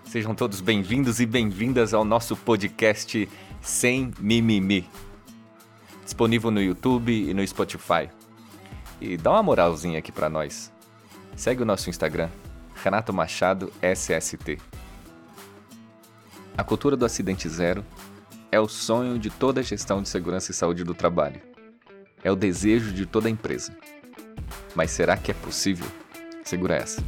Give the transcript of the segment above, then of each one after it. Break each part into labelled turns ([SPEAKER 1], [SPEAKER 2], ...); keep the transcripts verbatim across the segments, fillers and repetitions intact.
[SPEAKER 1] Sejam todos bem-vindos e bem-vindas ao nosso podcast Sem Mimimi. Disponível no YouTube e no Spotify. E dá uma moralzinha aqui pra nós. Segue o nosso Instagram, Renato Machado S S T. A cultura do acidente zero é o sonho de toda a gestão de segurança e saúde do trabalho. É o desejo de toda a empresa. Mas será que é possível? Segura essa.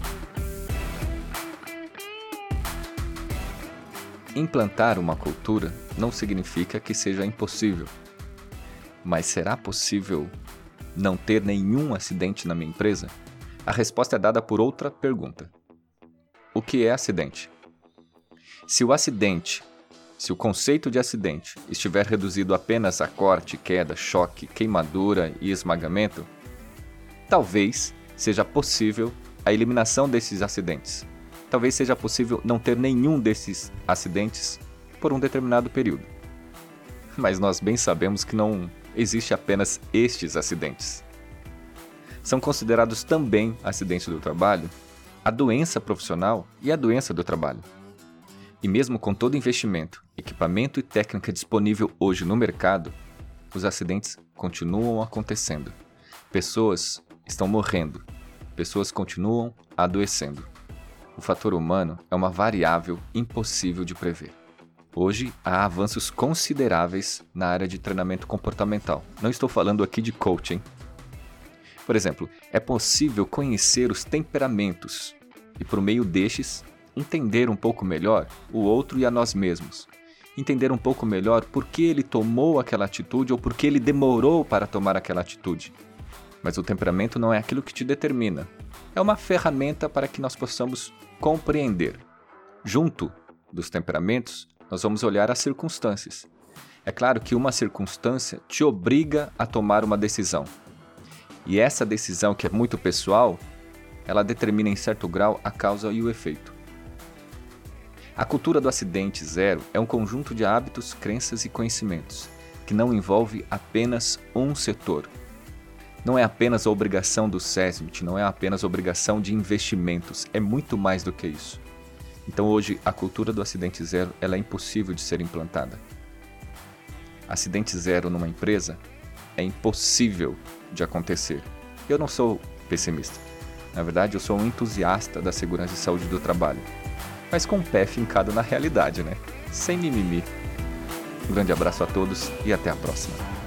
[SPEAKER 1] Implantar uma cultura não significa que seja impossível. Mas será possível não ter nenhum acidente na minha empresa? A resposta é dada por outra pergunta. O que é acidente? Se o acidente, se o conceito de acidente estiver reduzido apenas a corte, queda, choque, queimadura e esmagamento, talvez seja possível a eliminação desses acidentes. Talvez seja possível não ter nenhum desses acidentes por um determinado período. Mas nós bem sabemos que não existe apenas estes acidentes. São considerados também acidentes do trabalho a doença profissional e a doença do trabalho. E mesmo com todo investimento, equipamento e técnica disponível hoje no mercado, os acidentes continuam acontecendo. Pessoas estão morrendo. Pessoas continuam adoecendo. O fator humano é uma variável impossível de prever. Hoje, há avanços consideráveis na área de treinamento comportamental. Não estou falando aqui de coaching. Por exemplo, é possível conhecer os temperamentos e, por meio destes, entender um pouco melhor o outro e a nós mesmos. Entender um pouco melhor por que ele tomou aquela atitude ou por que ele demorou para tomar aquela atitude. Mas o temperamento não é aquilo que te determina. É uma ferramenta para que nós possamos compreender. Junto dos temperamentos, nós vamos olhar as circunstâncias. É claro que uma circunstância te obriga a tomar uma decisão. E essa decisão, que é muito pessoal, ela determina em certo grau a causa e o efeito. A cultura do acidente zero é um conjunto de hábitos, crenças e conhecimentos, que não envolve apenas um setor. Não é apenas a obrigação do SESMIT, não é apenas a obrigação de investimentos, é muito mais do que isso. Então hoje a cultura do acidente zero ela é impossível de ser implantada. Acidente zero numa empresa é impossível de acontecer. Eu não sou pessimista, na verdade eu sou um entusiasta da segurança e saúde do trabalho, mas com o pé fincado na realidade, né? Sem mimimi. Um grande abraço a todos e até a próxima.